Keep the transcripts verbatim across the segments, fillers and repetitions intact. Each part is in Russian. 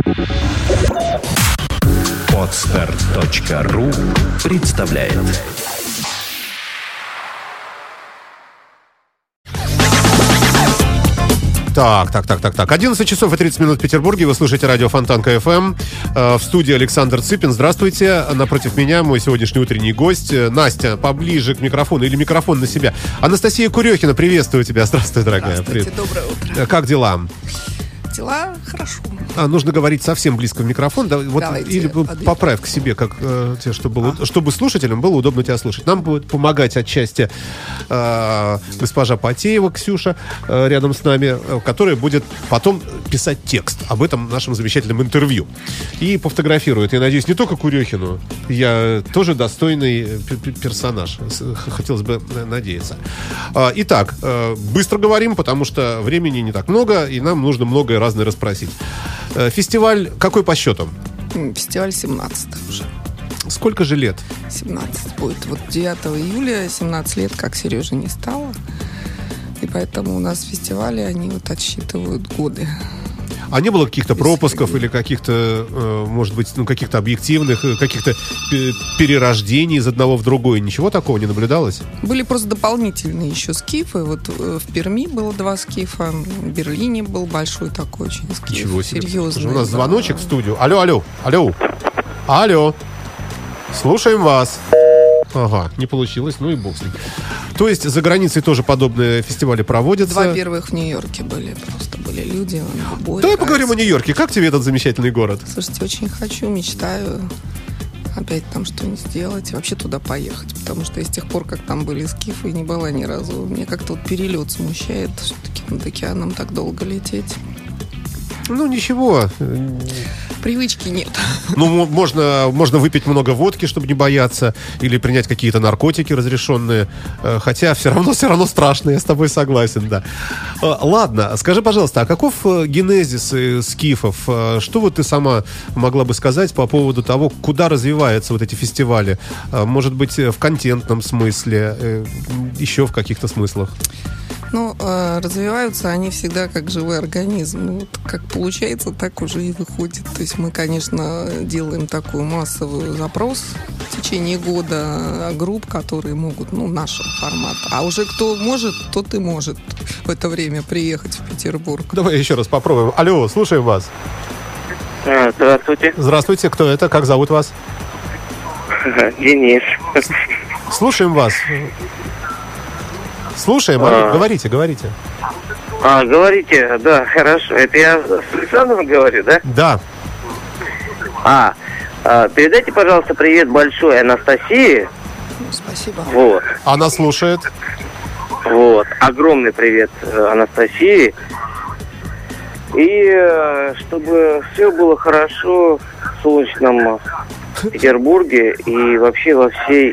Подстер точка ру представляет. Так, так, так, так, так. одиннадцать часов и тридцать минут в Петербурге. Вы слушаете радио Фонтан КФМ. Э, в студии Александр Цыпин. Здравствуйте. Напротив меня мой сегодняшний утренний гость. Настя, поближе к микрофону или микрофон на себя. Анастасия Курехина, приветствую тебя. Здравствуй, дорогая. Здравствуйте, Привет. доброе утро. Как дела? Дела хорошо. А, нужно говорить совсем близко в микрофон. Да, вот, Давайте, или подвигу. поправь к себе, как, э, тебе, чтобы, было, А. чтобы слушателям было удобно тебя слушать. Нам будет помогать отчасти э, госпожа Потеева, Ксюша, э, рядом с нами, э, которая будет потом писать текст об этом нашем замечательном интервью. И пофотографирует, я надеюсь, не только Курехину. Я тоже достойный п- персонаж. Хотелось бы надеяться. А, итак, э, быстро говорим, потому что времени не так много, и нам нужно многое разное расспросить. Фестиваль какой по счету? Фестиваль семнадцатый уже. Сколько же лет? семнадцать будет. Вот девятого июля семнадцать лет, как Сережи не стало. И поэтому у нас фестивали, они вот отсчитывают годы. А не было каких-то пропусков или каких-то, э, может быть, ну, каких-то объективных, э, каких-то п- перерождений из одного в другое? Ничего такого не наблюдалось? Были просто дополнительные еще скифы. Вот э, в Перми было два скифа, в Берлине был большой такой очень скиф. Ничего себе. Серьезный. У нас да. звоночек в студию. Алло, алло, алло. Алло. Слушаем вас. Ага, не получилось, ну и бог с ним. То есть за границей тоже подобные фестивали проводятся? Два первых в Нью-Йорке были. Просто были люди. Бой, Давай поговорим о Нью-Йорке. Как тебе этот замечательный город? Слушайте, очень хочу, мечтаю опять там что-нибудь сделать и вообще туда поехать. Потому что я с тех пор, как там были скифы, не была ни разу. Мне как-то вот перелет смущает. Все-таки над океаном так долго лететь. Ну, ничего. Привычки нет. Ну, можно, можно выпить много водки, чтобы не бояться, или принять какие-то наркотики разрешенные. Э, Хотя все равно, все равно страшно, я с тобой согласен, да. Э, Ладно, скажи, пожалуйста, а каков э, генезис э, скифов? Э, Что вот ты сама могла бы сказать по поводу того, куда развиваются вот эти фестивали? Э, Может быть, в контентном смысле, э, еще в каких-то смыслах? Ну, э, развиваются они всегда как живой организм. Ну, вот как получается, так уже и выходит. То есть мы, конечно, делаем такой массовый запрос в течение года групп, которые могут, ну, нашего формата. А уже кто может, тот и может в это время приехать в Петербург. Давай еще раз попробуем. Алло, слушаем вас. Здравствуйте. Здравствуйте, кто это? Как зовут вас? Денис. Слушаем вас. Слушаем, А. говорите, говорите. А, говорите, да, хорошо. Это я с Александром говорю, да? Да. А, а, передайте, пожалуйста, привет большой Анастасии. Спасибо. Вот, Она слушает. вот. Огромный привет э, Анастасии. И э, чтобы все было хорошо в солнечном Петербурге и вообще во всей...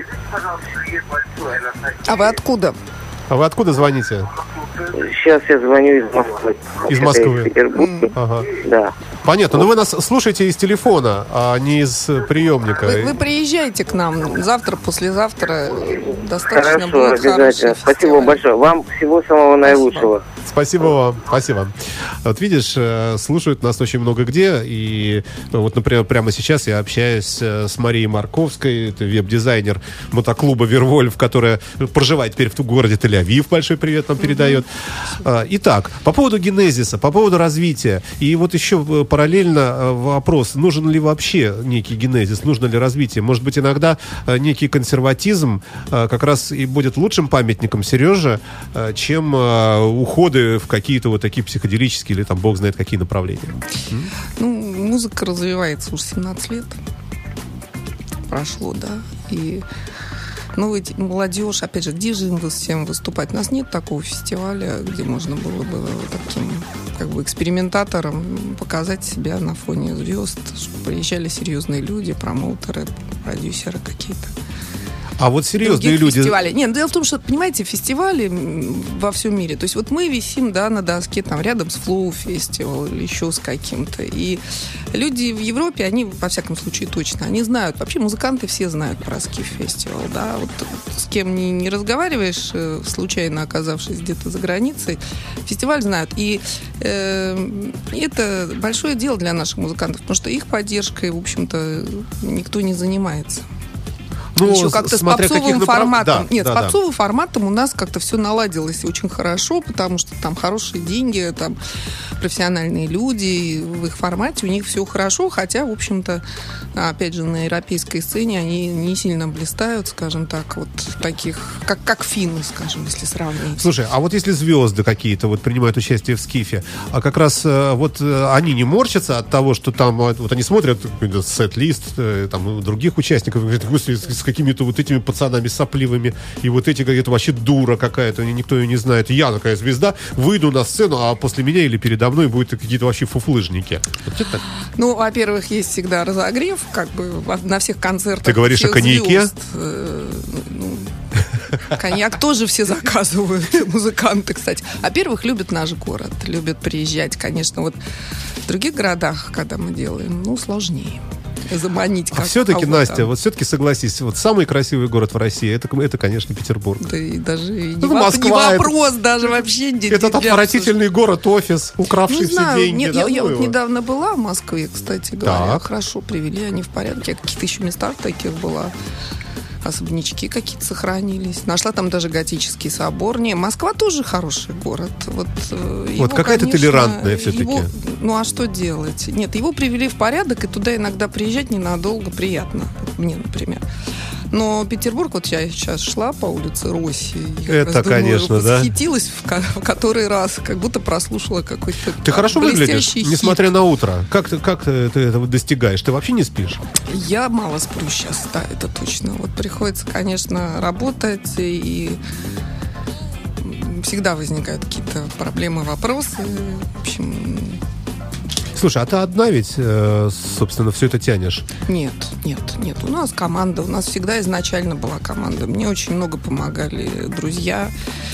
А вы откуда? А вы откуда звоните? Сейчас я звоню из Москвы. Из Это Москвы. Из Петербурга. Ага. Да. Понятно, но вы нас слушаете из телефона, а не из приемника. Вы, вы приезжайте к нам завтра, послезавтра. Достаточно Хорошо, будет обязательно. хороший Спасибо фестиваль. большое. Вам всего самого наилучшего. Спасибо вам, спасибо. Вот видишь, э, слушают нас очень много где, и ну, вот, например, прямо сейчас я общаюсь э, с Марией Марковской, это веб-дизайнер мотоклуба «Вервольф», которая проживает теперь в городе Тель-Авив, большой привет нам передает. А, Итак, по поводу генезиса, по поводу развития, и вот еще э, параллельно э, вопрос, нужен ли вообще некий генезис, нужно ли развитие? Может быть, иногда э, некий консерватизм э, как раз и будет лучшим памятником Сереже, э, чем э, уходы в какие-то вот такие психоделические или там бог знает какие направления. Ну, музыка развивается уже семнадцать лет. Прошло, да. И ну, ведь молодежь, опять же, где же им всем выступать? У нас нет такого фестиваля, где можно было бы таким как бы экспериментатором показать себя на фоне звезд, чтобы приезжали серьезные люди, промоутеры, продюсеры какие-то. А вот серьезные люди... фестивалей. Нет, дело в том, что, понимаете, фестивали во всем мире, то есть вот мы висим, да, на доске там рядом с Flow Festival или еще с каким-то, и люди в Европе, они, во всяком случае, точно, они знают, вообще музыканты все знают про Skiff Festival, да, вот с кем не, не разговариваешь, случайно оказавшись где-то за границей, фестиваль знают, и э, это большое дело для наших музыкантов, потому что их поддержкой, в общем-то, никто не занимается. Ну, еще как-то с попсовым форматом. Да, Нет, да, с попсовым да. форматом у нас как-то все наладилось очень хорошо, потому что там хорошие деньги, там профессиональные люди, в их формате у них все хорошо, хотя, в общем-то, опять же, на европейской сцене они не сильно блистают, скажем так, вот таких, как, как финны, скажем, если сравнить. Слушай, а вот если звезды какие-то вот принимают участие в Скифе, а как раз вот они не морщатся от того, что там, вот они смотрят сет-лист там других участников, говорят, господи, с какими-то вот этими пацанами сопливыми, и вот эти, это вообще дура какая-то, никто ее не знает. Я такая звезда, выйду на сцену, а после меня или передо мной будут какие-то вообще фуфлыжники. Вот это... Ну, во-первых, есть всегда разогрев, как бы на всех концертах. Ты говоришь о коньяке? Коньяк тоже все заказывают, музыканты, кстати. Во-первых, любят наш город, любят приезжать, конечно, вот в других городах, когда мы делаем, ну, сложнее заманить. А все-таки, Настя, вот все-таки согласись, вот самый красивый город в России, это, это конечно, Петербург. Да и даже не, ну, воп- Москва, не вопрос, это, даже вообще. Этот отвратительный город-офис, укравший не все знаю, деньги. Нет, да, я, ну я его. вот недавно была в Москве, кстати говоря, так. Хорошо привели, они в порядке. Я в каких-то еще местах таких была. Особнячки какие-то сохранились. Нашла там даже готический собор. Не, Москва тоже хороший город. Вот, его, вот какая-то конечно, толерантная все-таки. Его, ну а что делать? Нет, его привели в порядок, и туда иногда приезжать ненадолго приятно. Вот мне, например. Но Петербург, вот я сейчас шла по улице Росси. Это, думаю, конечно, да. Восхитилась в, в который раз, как будто прослушала какой-то. Ты хорошо выглядишь, хит. несмотря на утро. Как ты, как ты, ты этого достигаешь? Ты вообще не спишь? Я мало сплю сейчас, да, это точно. Вот приходится, конечно, работать, и всегда возникают какие-то проблемы, вопросы. В общем... Слушай, а ты одна ведь, э, собственно, все это тянешь? Нет, нет, нет. У нас команда, у нас всегда изначально была команда. Мне очень много помогали друзья.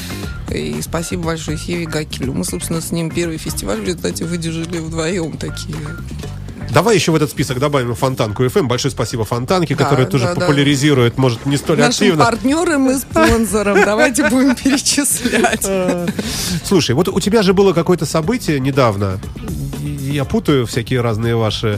И спасибо большое Севе Гакелю. Мы, собственно, с ним первый фестиваль в результате выдержали вдвоем такие... Давай еще в этот список добавим Фонтанку эф эм. Большое спасибо Фонтанке, да, которая тоже да, популяризирует, да. может, не столь нашим активно. Нашим партнерам и спонсорам. Давайте будем перечислять. Слушай, вот у тебя же было какое-то событие недавно. Я путаю всякие разные ваши...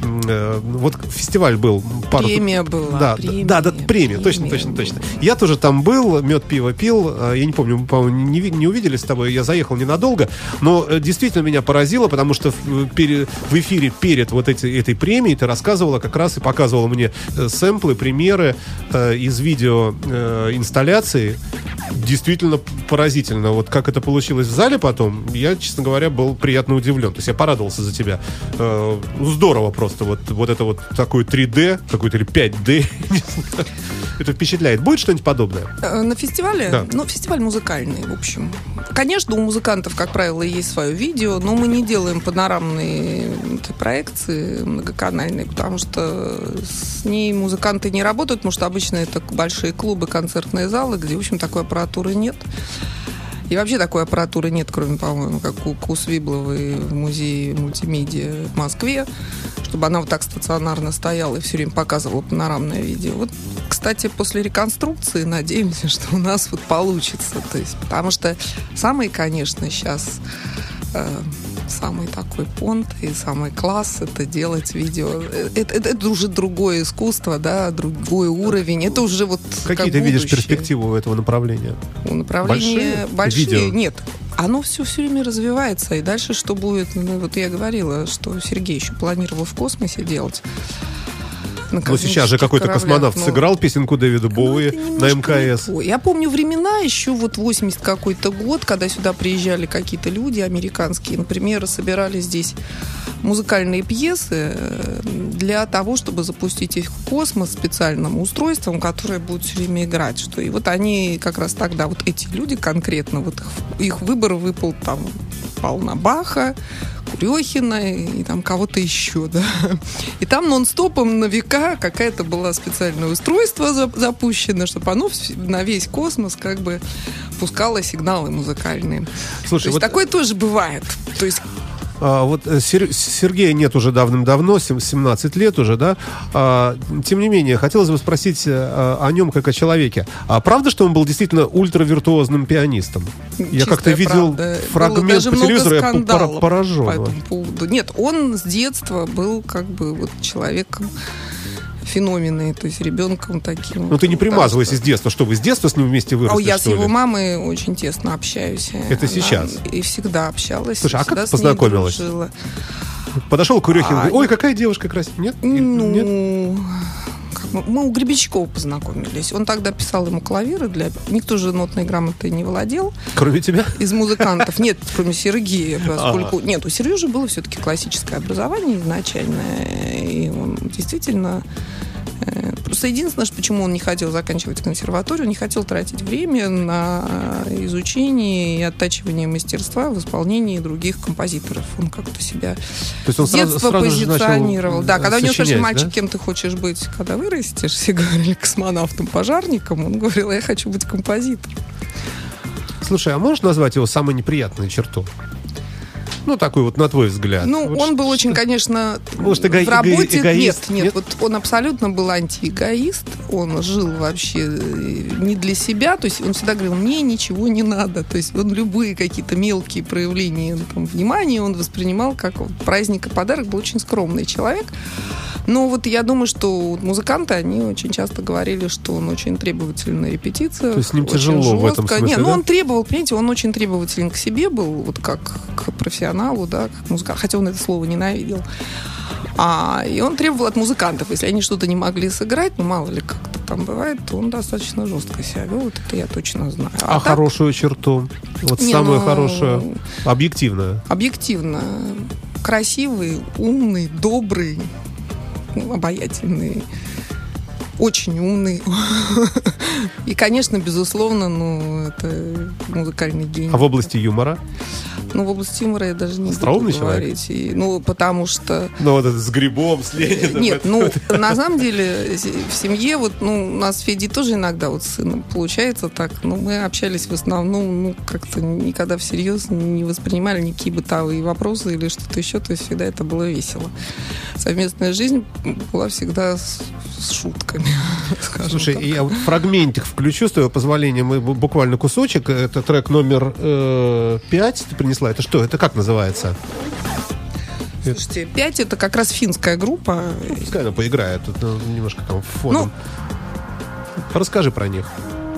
Вот фестиваль был. Пару... Премия была. Да, премия, да, да, премия, премия точно, точно, точно. Я тоже там был, мед, пиво пил. Я не помню, мы, по-моему, не, не увиделись с тобой. Я заехал ненадолго. Но действительно меня поразило, потому что в, пере, в эфире перед вот эти, этой премией ты рассказывала как раз и показывала мне сэмплы, примеры э, из видео э, инсталляции. Действительно поразительно. Вот как это получилось в зале потом, я, честно говоря, был приятно удивлен. То есть я порадовался за тебя. Э, здорово просто. Вот, вот это вот такое три дэ, какой-то или пять дэ. Это впечатляет. Будет что-нибудь подобное? На фестивале? Да. Ну, фестиваль музыкальный, в общем. Конечно, у музыкантов, как правило, есть свое видео, но мы не делаем панорамные проекции многоканальные, потому что с ней музыканты не работают, потому что обычно это большие клубы, концертные залы, где, в общем, такой аппаратуры нет. И вообще такой аппаратуры нет, кроме, по-моему, как у Кусвибловой в музее мультимедиа в Москве, чтобы она вот так стационарно стояла и все время показывала панорамное видео. Вот, кстати, после реконструкции надеемся, что у нас вот получится. То есть, потому что самый, конечно, сейчас... Э, самый такой понт и самый класс — это делать видео. Это, это, это уже другое искусство, да, другой уровень. Это уже вот какие как ты будущее. видишь перспективу у этого направления? У направления большие, большие? Нет. Оно все все время развивается. И дальше что будет? Ну, вот я говорила, что Сергей еще планировал в космосе делать. Ну, сейчас же какой-то космонавт но... сыграл песенку Дэвида Боуи ну, на эм ка эс. Я помню времена, еще вот восемьдесят какой-то год, когда сюда приезжали какие-то люди американские, например, собирали здесь музыкальные пьесы для того, чтобы запустить их в космос специальным устройством, которое будет все время играть. Что... И вот они как раз тогда, вот эти люди конкретно, вот их, их выбор выпал там, пал на Баха, Курехина и там кого-то еще, да. И там нон-стопом на века какая-то была специальное устройство запущено, чтобы оно на весь космос как бы пускало сигналы музыкальные. Слушай, то есть вот... такое тоже бывает. То есть А, вот Сер- Сергея нет уже давным-давно, семнадцать лет уже, да? А, тем не менее, хотелось бы спросить а, о нем как о человеке. А правда, что он был действительно ультравиртуозным пианистом? Я как-то видел правда. фрагмент по телевизору, я пор- поражен. По этому поводу. Нет, он с детства был как бы вот человеком феномены, то есть ребенком таким. Ну ты не примазывайся что... с детства. Что, вы с детства с ним вместе выросли, А я что с его ли? мамой очень тесно общаюсь. Это Она сейчас? И всегда общалась. Слушай, а как всегда ты познакомилась? Подошел к Курехину, А... говорит, ой, какая девушка красивая. Нет? Ну... Нет? Мы, мы у Гребенщикова познакомились. Он тогда писал ему клавиры для... Никто же нотной грамотой не владел. Кроме тебя? Из музыкантов. Нет, кроме Сергея. Поскольку... Ага. Нет, у Сережи было все-таки классическое образование изначальное. И он действительно... Просто единственное, почему он не хотел заканчивать консерваторию, не хотел тратить время на изучение и оттачивание мастерства в исполнении других композиторов. Он как-то себя То есть он с детства сразу, сразу позиционировал. Да, когда у него спрашивали, мальчик, да? кем ты хочешь быть, когда вырастешь? Все говорили космонавтом, пожарником. Он говорил, я хочу быть композитором. Слушай, а можешь назвать его самой неприятной чертой? Ну, такой вот, на твой взгляд. Ну, вот он был что? очень, конечно, Может, эго- в работе... эго- эгоист? Нет, нет, Нет? вот он абсолютно был антиэгоист. Он жил вообще не для себя. То есть он всегда говорил, мне ничего не надо. То есть он любые какие-то мелкие проявления там, внимания он воспринимал как вот, праздник и подарок. Был очень скромный человек. Но вот я думаю, что музыканты, они очень часто говорили, что он очень требовательный на репетициях. То есть с ним очень тяжело жестко. в этом смысле, Нет, ну да? он требовал, понимаете, он очень требователен к себе был, вот как к профессионалу, да, как музыкант, хотя он это слово ненавидел. А, и он требовал от музыкантов, если они что-то не могли сыграть, ну, мало ли как-то там бывает, то он достаточно жестко себя вел, вот это я точно знаю. А, А так, хорошую черту? Вот Не, самую ну, хорошую, объективную. объективно, красивый, умный, добрый, ну, обаятельный, очень умный. И, конечно, безусловно, ну, это музыкальный гений. А в области юмора? Ну, в области юмора я даже не Остроумный буду говорить. И, ну, потому что... Ну, вот это с грибом, с Лениным. Нет, это, ну, это. на самом деле, в семье, вот, ну, у нас с Федей тоже иногда вот с сыном получается так, но мы общались в основном, ну, как-то никогда всерьез не воспринимали никакие бытовые вопросы или что-то еще, то есть всегда это было весело. Совместная жизнь была всегда с, с шутками, скажем Слушай, так. я вот фрагментик включу, с твоего позволения, мы бу- буквально кусочек. Это трек номер э, пять ты принесла. Это что? Это как называется? Слушайте, пять это как раз финская группа. Пускай она поиграет. Тут ну, немножко там фоном. Расскажи про них.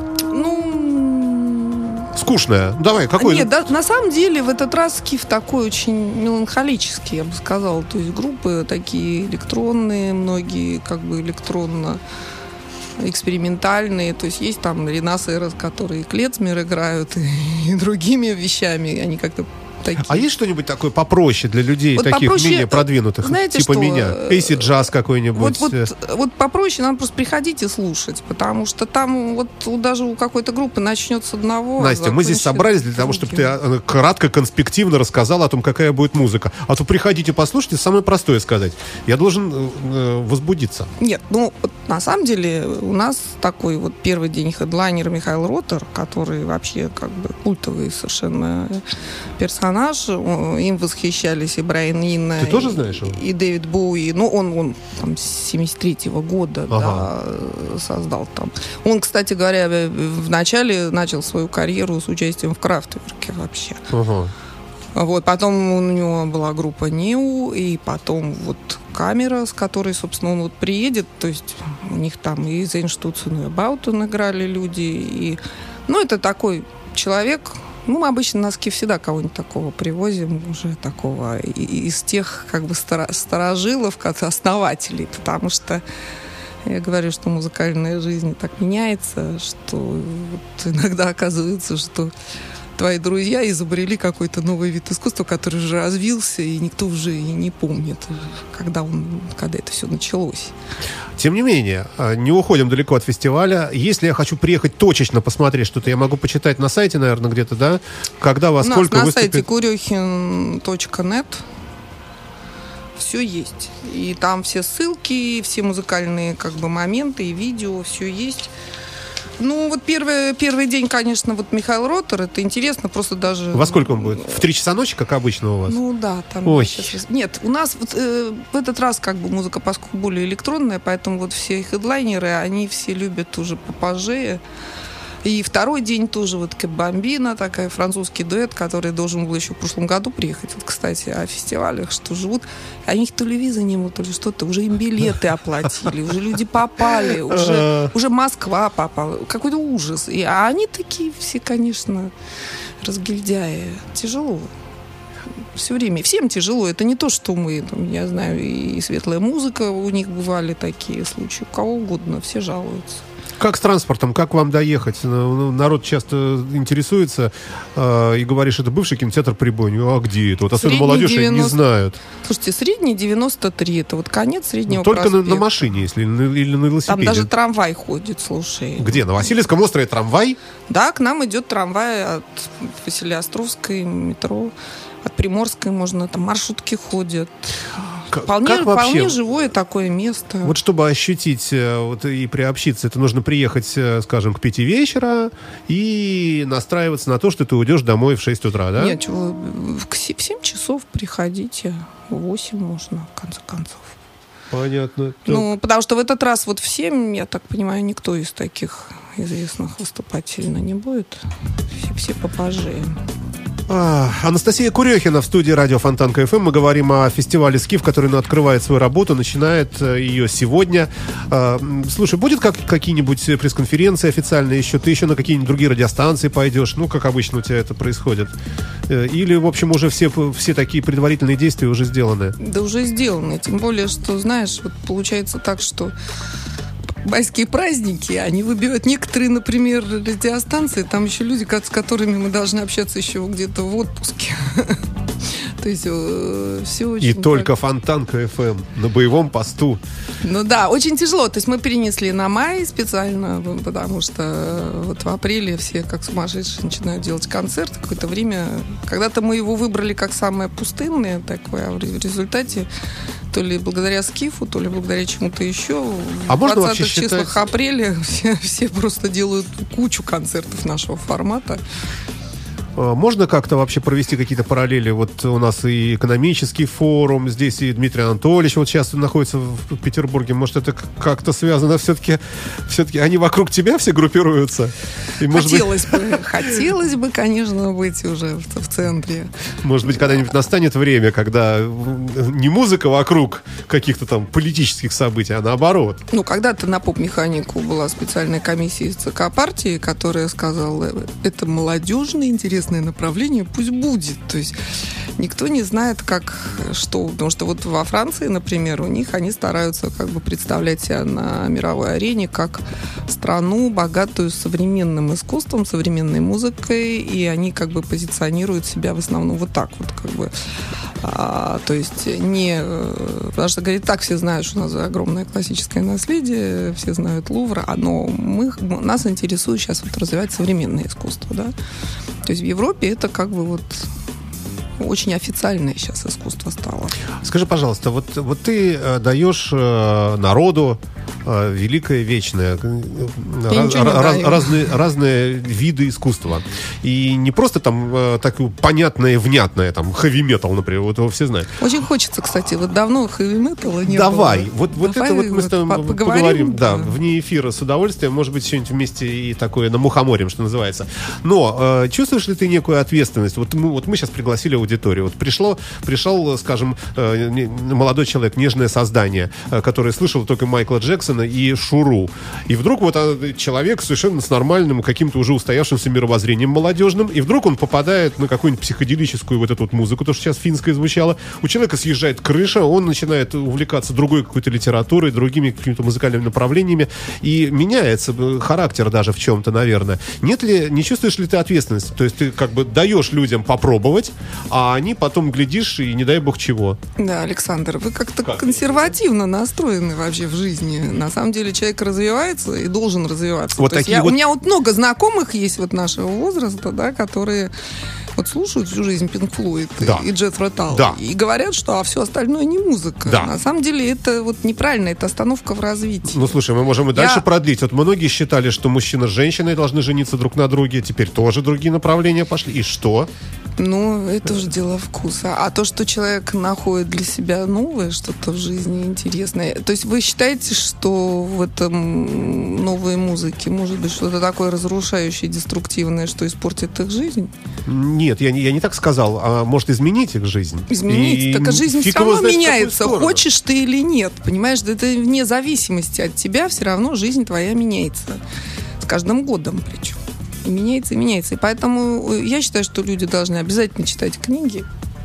Ну... Скучная. Давай, какой? Нет, да, на самом деле в этот раз Скиф такой очень меланхолический, я бы сказала. То есть группы такие электронные, многие как бы электронно экспериментальные. То есть есть там Ренас Эрос, которые клецмер играют и, и другими вещами. Они как-то такие. А есть что-нибудь такое попроще для людей, Вот таких попроще, менее продвинутых, знаете типа что, меня? Эйси джаз какой-нибудь. Вот, вот, вот попроще надо просто приходить и слушать, потому что там вот даже у какой-то группы начнется с одного. Настя, мы здесь собрались для того, чтобы ты э, кратко, конспективно рассказала о том, какая будет музыка. А то приходите, послушайте, самое простое сказать. Я должен э, возбудиться. Нет, ну, вот, на самом деле у нас такой вот первый день хедлайнер Михаил Ротер, который вообще как бы культовый совершенно персонаж. Им восхищались и Брайан Инна. Ты тоже знаешь его? И, и Дэвид Боуи. Ну, он, он там с семьдесят третьего года Ага. да, создал там. Он, кстати говоря, вначале начал свою карьеру с участием в Крафтверке вообще. Ага. Вот, потом у него была группа Неу, и потом вот Камера, с которой, собственно, он вот приедет, то есть у них там и Зейнштуцен, и Баутон играли люди, и, ну, это такой человек, ну, мы обычно на Скиф всегда кого-нибудь такого привозим, уже такого, и, из тех, как бы, стара, старожилов, как основателей, потому что я говорю, что музыкальная жизнь так меняется, что вот иногда оказывается, что твои друзья изобрели какой-то новый вид искусства, который уже развился, и никто уже и не помнит, когда, он, когда это все началось. Тем не менее, не уходим далеко от фестиваля. Если я хочу приехать точечно посмотреть что-то, я могу почитать на сайте, наверное, где-то, да? Когда, во У нас сколько на выступит... сайте курехин точка нет все есть. И там все ссылки, все музыкальные как бы моменты, и видео, все есть. Ну, вот первый, первый день, конечно, вот Михаил Ротер, это интересно, просто даже... Во сколько он будет? В три часа ночи, как обычно у вас? Ну, да. Там Ой. Сейчас... Нет, у нас вот, э, в этот раз как бы музыка, поскольку более электронная, поэтому вот все хедлайнеры, они все любят уже попозже. И второй день тоже вот Бомбина, такая французский дуэт, который должен был еще в прошлом году приехать. Вот, кстати, о фестивалях, что живут. Они них то ли визы не имут, то ли что-то. Уже им билеты оплатили, уже люди попали, уже, уже Москва попала. Какой-то ужас. И, а они такие все, конечно, разгильдяи. Тяжело. Все время. Всем тяжело. Это не то, что мы, там, я знаю, и светлая музыка, у них бывали такие случаи. У кого угодно, все жалуются. Как с транспортом? Как вам доехать? Народ часто интересуется э, и говоришь, это бывший кинотеатр Прибой. А где это? Вот особенно молодежь девяносто... не знают. Слушайте, средний девяносто три. Это вот конец среднего ну, только на, на проспекта. машине, если или на велосипеде. Там даже трамвай ходит, слушай. Где? На Васильевском острове трамвай? Да, к нам идет трамвай от Василеостровской метро, от Приморской можно, там маршрутки ходят. Вполне, как вообще, вполне живое такое место. Вот чтобы ощутить вот, и приобщиться, это нужно приехать, скажем, к пяти вечера и настраиваться на то, что ты уйдешь домой в шесть утра, да? Нет, в семь часов приходите, в восемь можно, в конце концов. Понятно. Ну, потому что в этот раз вот в семь, я так понимаю, никто из таких известных выступать сильно не будет. Все, все попозже. А, Анастасия Курехина в студии радио Фонтан КФМ. Мы говорим о фестивале «Скиф», который ну, открывает свою работу, начинает э, ее сегодня. А, слушай, будет как, какие-нибудь пресс-конференции официальные еще? Ты еще на какие-нибудь другие радиостанции пойдешь? Ну, как обычно у тебя это происходит? Или, в общем, уже все, все такие предварительные действия уже сделаны? Да уже сделаны. Тем более, что, знаешь, вот получается так, что майские праздники, они выбивают некоторые, например, радиостанции, там еще люди, с которыми мы должны общаться еще где-то в отпуске. То есть э, все очень... И только Фонтан КФМ на боевом посту. Ну да, очень тяжело. То есть мы перенесли на май специально, потому что вот в апреле все как сумасшедшие начинают делать концерт. Какое-то время... Когда-то мы его выбрали как самое пустынное такое, а в результате то ли благодаря Скифу, то ли благодаря чему-то еще. А в двадцатых числах считать... апреля все, все просто делают кучу концертов нашего формата. Можно как-то вообще провести какие-то параллели? Вот у нас и экономический форум, здесь и Дмитрий Анатольевич вот сейчас находится в Петербурге. Может, это как-то связано? Все-таки, все-таки они вокруг тебя все группируются? И, может хотелось быть... бы, хотелось бы, конечно, быть уже в, в центре. Может быть, когда-нибудь настанет время, когда не музыка вокруг каких-то там политических событий, а наоборот. Ну, когда-то на поп-механику была специальная комиссия из ЦК партии, которая сказала, это молодежный интерес направление, пусть будет. То есть никто не знает, как, что. Потому что вот во Франции, например, у них они стараются как бы представлять себя на мировой арене как страну, богатую современным искусством, современной музыкой, и они как бы позиционируют себя в основном вот так вот, как бы. А, то есть не... Потому что, говорит, так все знают, что у нас огромное классическое наследие, все знают Лувр, но мы, нас интересует сейчас вот развивать современное искусство, да. То есть в Европе это как бы вот очень официальное сейчас искусство стало. Скажи, пожалуйста, вот, вот ты э, даешь э, народу э, великое, вечное, раз, раз, разные, разные виды искусства. И не просто там э, такое понятное, внятное, там, хэви-метал, например, вот его все знают. Очень хочется, кстати, вот давно хэви-металла не Давай, было. вот, вот Давай это вот мы с тобой поговорим, поговорим, да, да, вне эфира с удовольствием, может быть, что-нибудь вместе и такое на мухоморьем, что называется. Но э, чувствуешь ли ты некую ответственность? Вот мы, вот мы сейчас пригласили аудиторию. Вот пришло, пришел, скажем, э, молодой человек, нежное создание, э, которое слышал только Майкла Джексона и Шуру. И вдруг вот э, человек совершенно с нормальным, каким-то уже устоявшимся мировоззрением молодежным, и вдруг он попадает на какую-нибудь психоделическую вот эту вот музыку, то, что сейчас финская звучала. У человека съезжает крыша, он начинает увлекаться другой какой-то литературой, другими какими-то музыкальными направлениями, и меняется характер даже в чем-то, наверное. Нет ли, не чувствуешь ли ты ответственности? То есть ты как бы даешь людям попробовать, а они потом глядишь и не дай бог чего. Да, Александр, вы как-то как? консервативно настроены вообще в жизни. На самом деле человек развивается и должен развиваться. Вот То есть такие я, вот... У меня вот много знакомых есть вот нашего возраста, да, которые вот слушают всю жизнь Pink Floyd Да. и Джеффри Талл, Да. и говорят, что а все остальное не музыка. Да. На самом деле это вот неправильно, это остановка в развитии. Ну, слушай, мы можем и Я- дальше продлить. Вот многие считали, что мужчина с женщиной должны жениться друг на друге. Теперь тоже другие направления пошли. И что? Ну, это уже дело вкуса. А то, что человек находит для себя новое, что-то в жизни интересное. То есть вы считаете, что в этом новой музыке может быть что-то такое разрушающее, деструктивное, что испортит их жизнь? Нет, я не, я не так сказал. А может изменить их жизнь? Изменить? И Так а жизнь фиг все равно его знает, в какую меняется. сторону. Хочешь ты или нет. Понимаешь, да это вне зависимости от тебя, все равно жизнь твоя меняется. С каждым годом причем. И меняется, и меняется. И поэтому я считаю, что люди должны обязательно читать книги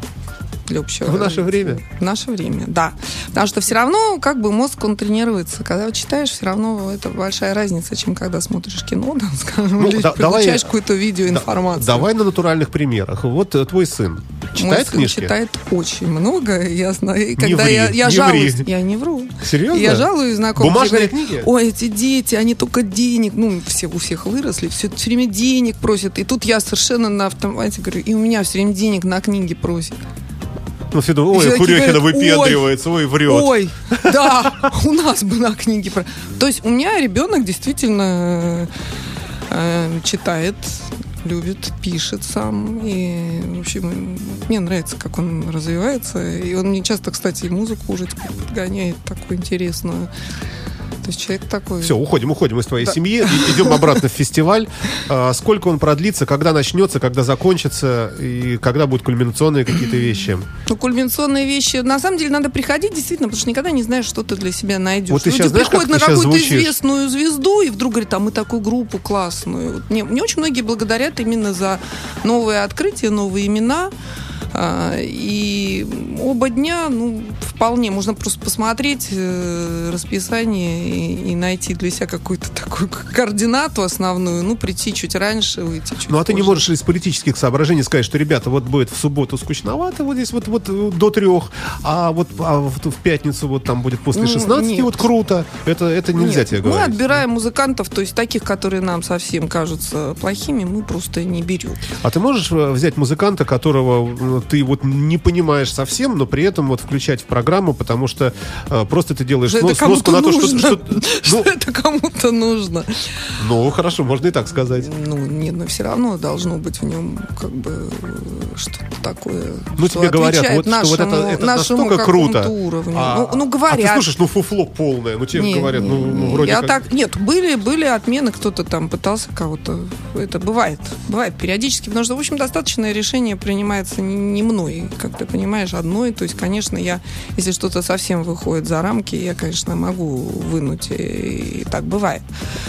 для общего В наше развития. время? В наше время, да. Потому что все равно как бы мозг, он тренируется. Когда читаешь, все равно это большая разница, чем когда смотришь кино, там, скажем, Ну, или да- давай- получаешь какую-то видеоинформацию. Да- давай на натуральных примерах. Вот э, твой сын читает Мой сын книжки? читает очень много, ясно. И когда ври, я, я не жалуюсь, ври. я не вру. Серьезно? Я жалуюсь знакомым. Бумажные все говорят, книги? ой, эти дети, они только денег, ну, все у всех выросли, все, все время денег просят. И тут я совершенно на автомате говорю, и у меня все время денег на книги просят. Ну, все думают, И ой, все такие Курехина говорят, выпендривается, ой, врет. Ой, да, у нас бы на книге. про- То есть у меня ребенок действительно э, читает, любит, пишет сам. И, в общем, мне нравится, как он развивается. И он мне часто, кстати, и музыку уже теперь подгоняет такую интересную. То есть человек такой... Все, уходим, уходим из твоей Да. семьи, и- идем обратно в фестиваль. А, сколько он продлится, когда начнется, когда закончится, и когда будут кульминационные какие-то вещи? Ну, кульминационные вещи. На самом деле надо приходить действительно, потому что никогда не знаешь, что ты для себя найдешь. Вот ты Люди щас знаешь, приходят как на ты щас какую-то звучишь? известную звезду и вдруг говорят, а мы такую группу классную. Вот мне, мне очень многие благодарят именно за новые открытия, новые имена. А, И оба дня, ну, вполне можно просто посмотреть э, расписание и, и найти для себя какую-то такую координату основную, ну, прийти чуть раньше, уйти чуть Ну, а ты не позже. можешь из политических соображений сказать, что, ребята, вот будет в субботу скучновато, вот здесь вот, вот э, до трех, а вот а в, в пятницу вот там будет после Ну, шестнадцати, нет. вот круто. Это, это нельзя Нет, тебе мы говорить. отбираем музыкантов, то есть таких, которые нам совсем кажутся плохими, мы просто не берем. А ты можешь э, взять музыканта, которого э, ты вот не понимаешь совсем, но при этом вот включать в программу, потому что э, просто ты делаешь Что снос- это кому-то сноску на то, что... нужно. что- Что ну, это кому-то нужно? ну, хорошо, можно и так сказать. Ну, нет, но все равно должно быть в нем как бы э, что-то такое, Ну, что тебе говорят, отвечает вот, что вот это, нашему- это нашему настолько какому-то круто. уровню. А, ну, ну, а говорят. ты слушаешь, ну, фуфло полное. Ну, тебе Не, говорят, не, ну, ну, не. вроде я как... так, нет, были, были отмены, кто-то там пытался кого-то. Это бывает, бывает периодически, потому что, в общем, достаточное решение принимается не, не мной, как ты понимаешь, одной. То есть, конечно, я, если что-то совсем выходит за рамки, я, конечно, могу вынуть, и, и так бывает.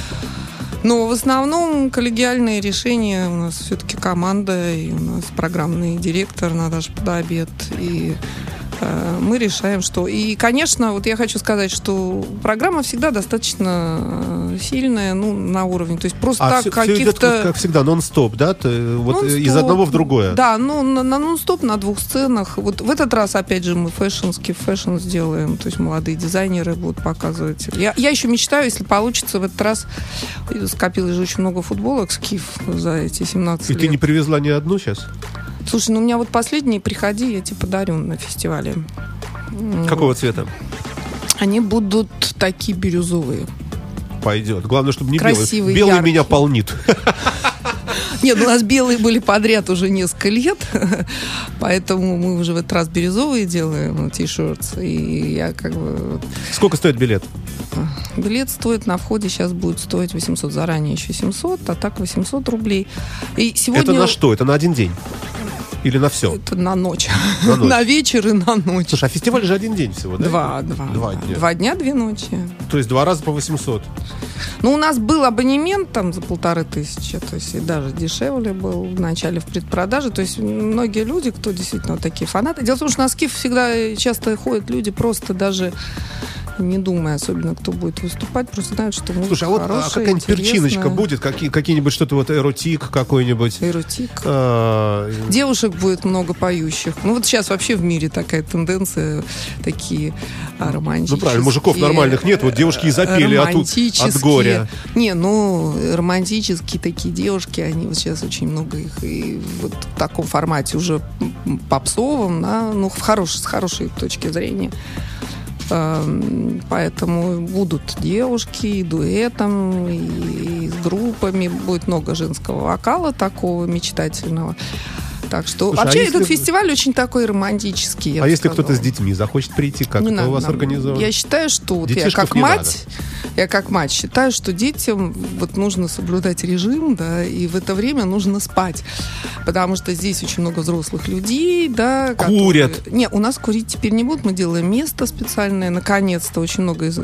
Но в основном коллегиальные решения у нас все-таки команда, и у нас программный директор Наташа Подобед, и э, мы решаем, что... И, конечно, вот я хочу сказать, что программа всегда достаточно сильная, ну, на уровне. То есть просто А так все, идет, каких-то... вот, как всегда, нон-стоп, да? Ты, вот э, Нон-стоп. из одного в другое. Да, ну, на, на нон-стоп, на двух сценах. Вот в этот раз, опять же, мы фэшнский фэшн сделаем, то есть молодые дизайнеры будут показывать. Я, я еще мечтаю, если получится в этот раз, скопилось же очень много футболок Скиф за эти семнадцать И лет. ты не привезла ни одну сейчас? Слушай, ну у меня вот последние, приходи, я тебе подарю на фестивале. Какого цвета? Они будут такие бирюзовые. Пойдет. Главное, чтобы не Красивый, белый. Белый яркий. меня полнит. Нет, у нас белые были подряд уже несколько лет, поэтому мы уже в этот раз бирюзовые делаем, ти-шерт. И я как бы... Сколько стоит билет? Билет стоит на входе, сейчас будет стоить восемьсот, заранее еще семьсот, а так восемьсот рублей. И сегодня... Это на что? Это на один день? Или на все? Это на ночь. На ночь. На вечер и на ночь. Слушай, а фестиваль же один день всего, да? Два, два. Два дня. Два дня, две ночи. То есть два раза по восемьсот. Ну, у нас был абонемент там за полторы тысячи, то есть и даже дешевле был в начале в предпродаже. То есть многие люди, кто действительно вот такие фанаты. Дело в том, что на Скиф всегда часто ходят люди просто даже не думая, особенно кто будет выступать, просто знают, что музыка Слушай, а вот а хорошая, какая-нибудь интересная. перчиночка будет? Какие, какие-нибудь что-то вот эротик какой-нибудь? Эротик. А, Девушек девушек будет много поющих. Ну вот сейчас вообще в мире такая тенденция, такие романтические. Ну правильно, мужиков нормальных нет, вот девушки и запели от, от горя. Не, ну романтические такие девушки, они вот сейчас очень много их и вот в таком формате уже попсовом, да, ну в хорош, с хорошей точки зрения. Поэтому будут девушки и дуэтом, и с группами. Будет много женского вокала такого мечтательного. Так что Слушай, вообще а этот если... фестиваль очень такой романтический. А если кто-то с детьми захочет прийти, как не это надо, у вас нам... организовано? Я считаю, что вот я как мать, я как мать считаю, что детям вот нужно соблюдать режим, да, и в это время нужно спать, потому что здесь очень много взрослых людей, да, курят. Которые... Не, у нас курить теперь не будут, мы делаем место специальное, наконец-то очень много из...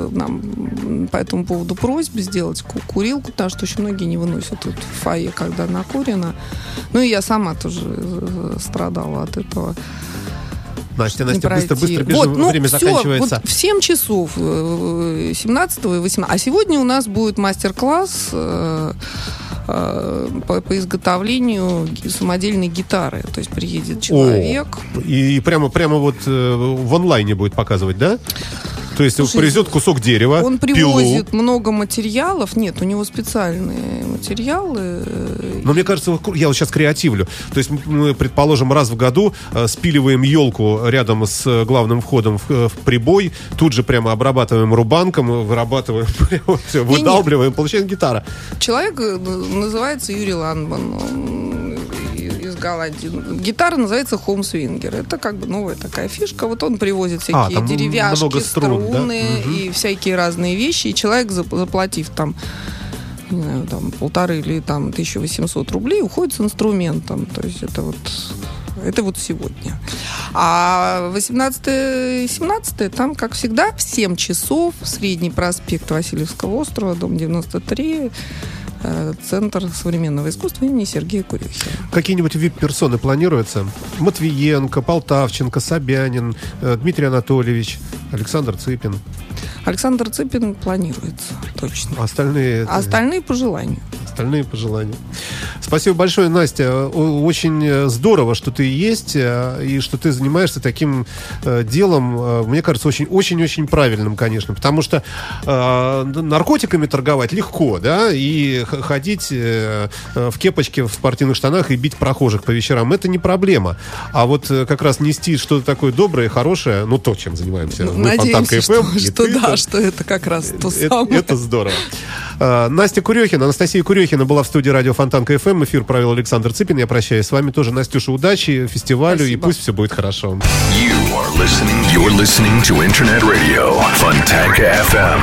нам по этому поводу просьб сделать курилку, потому что очень многие не выносят вот в фойе, когда накурено. Ну и я сама тоже страдала от этого. Настя, Настя, быстро-быстро бежим, вот, ну, время все, заканчивается. Вот в семь часов семнадцатого и восемнадцатого. А сегодня у нас будет мастер-класс э, э, по, по изготовлению самодельной гитары. То есть приедет человек. О, и прямо, прямо вот э, в онлайне будет показывать, да? То есть Слушай, привезет кусок дерева, он привозит пилу. много материалов. Нет, у него специальные материалы. Но мне кажется, я вот сейчас креативлю. То есть мы, предположим, раз в году э, спиливаем елку рядом с главным входом в, в прибой, тут же прямо обрабатываем рубанком, вырабатываем, все, выдалбливаем, получаем гитара. Человек называется Юрий Ланбан. Он из Голландии. Гитара называется Хоумсвингер. Это как бы новая такая фишка. Вот он привозит всякие а, деревяшки, струн, струны, да? и угу. всякие разные вещи. И человек, заплатив там, не знаю, там полторы или там тысяча восемьсот рублей, уходит с инструментом. То есть это вот это вот сегодня. А восемнадцатое и семнадцатое там, как всегда, в семь часов, Средний проспект Васильевского острова, дом девяносто три, Центр современного искусства имени Сергея Курехина. Какие-нибудь вип-персоны планируются? Матвиенко, Полтавченко, Собянин, Дмитрий Анатольевич, Александр Цыпин. Александр Цыпин планируется, точно. Остальные... А остальные по желанию. Остальные по желанию. Спасибо большое, Настя. Очень здорово, что ты есть и что ты занимаешься таким делом, мне кажется, очень-очень правильным, конечно. Потому что э, наркотиками торговать легко, да, и ходить э, в кепочке, в спортивных штанах и бить прохожих по вечерам, это не проблема. А вот как раз нести что-то такое доброе, хорошее, ну, то, чем занимаемся ну, мы, Фонтанка эф эм. Что, что да, это, что это как раз то это, самое. Это здорово. Настя Курехина, Анастасия Курехина была в студии радио Фонтанка эф эм. Эфир провел Александр Цыпин. Я прощаюсь с вами тоже. Настюша, удачи фестивалю. Спасибо. И пусть все будет хорошо. You are listening, you're listening to Internet Radio Фонтанка эф эм.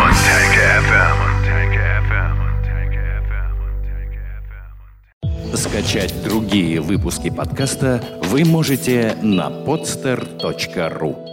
Скачать другие выпуски подкаста вы можете на podster точка ру.